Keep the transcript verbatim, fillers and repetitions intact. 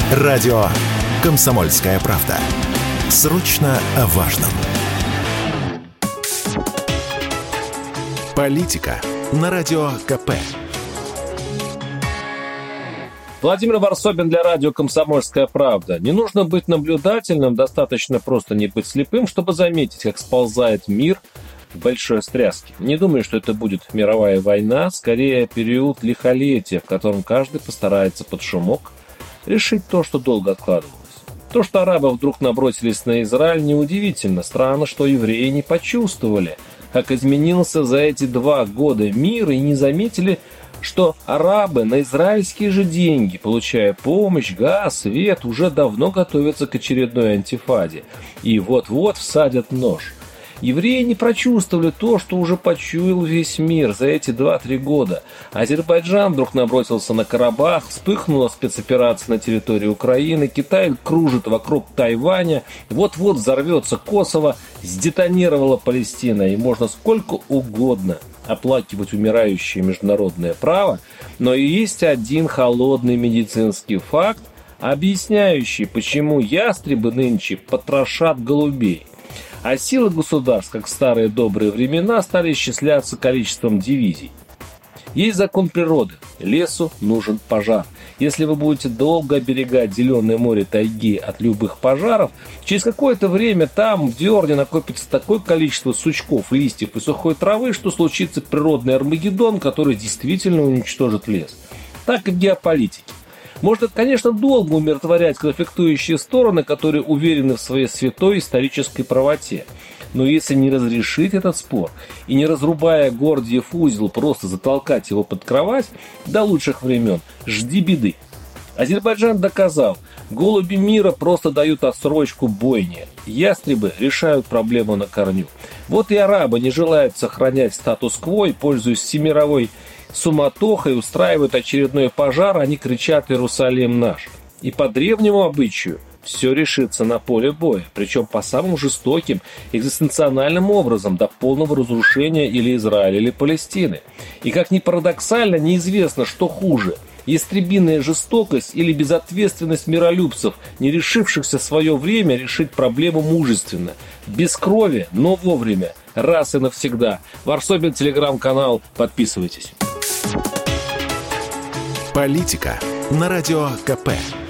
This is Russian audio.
Радио «Комсомольская правда». Срочно о важном. Политика на Радио КП. Владимир Варсобин для радио «Комсомольская правда». Не нужно быть наблюдательным, достаточно просто не быть слепым, чтобы заметить, как сползает мир в большой стряске. Не думаю, что это будет мировая война, скорее период лихолетия, в котором каждый постарается под шумок решить то, что долго откладывалось. То, что арабы вдруг набросились на Израиль, неудивительно. Странно, что евреи не почувствовали, как изменился за эти два года мир, и не заметили, что арабы на израильские же деньги, получая помощь, газ, свет, уже давно готовятся к очередной антифаде. И вот-вот всадят нож. Евреи не прочувствовали то, что уже почуял весь мир за эти два-три года. Азербайджан вдруг набросился на Карабах, вспыхнула спецоперация на территории Украины, Китай кружит вокруг Тайваня, вот-вот взорвется Косово, сдетонировала Палестина, и можно сколько угодно оплакивать умирающее международное право, но есть один холодный медицинский факт, объясняющий, почему ястребы нынче потрошат голубей. А силы государств, как в старые добрые времена, стали исчисляться количеством дивизий. Есть закон природы. Лесу нужен пожар. Если вы будете долго оберегать зеленое море тайги от любых пожаров, через какое-то время там в дерне накопится такое количество сучков, листьев и сухой травы, что случится природный Армагеддон, который действительно уничтожит лес. Так и в геополитике. Можно, конечно, долго умиротворять конфликтующие стороны, которые уверены в своей святой исторической правоте. Но если не разрешить этот спор и не разрубая Гордиев узел, просто затолкать его под кровать, до лучших времен жди беды. Азербайджан доказал, голуби мира просто дают отсрочку бойне. Ястребы решают проблему на корню. Вот и арабы не желают сохранять статус-кво и, пользуясь всемировой суматохой, устраивают очередной пожар, они кричат «Иерусалим наш». И по древнему обычаю все решится на поле боя, причем по самым жестоким, экзистенциональным образом, до полного разрушения или Израиля, или Палестины. И как ни парадоксально, неизвестно, что хуже – ястребиная жестокость или безответственность миролюбцев, не решившихся в свое время решить проблему мужественно, без крови, но вовремя, раз и навсегда. Варсобин, телеграм-канал, подписывайтесь. Политика на Радио КП.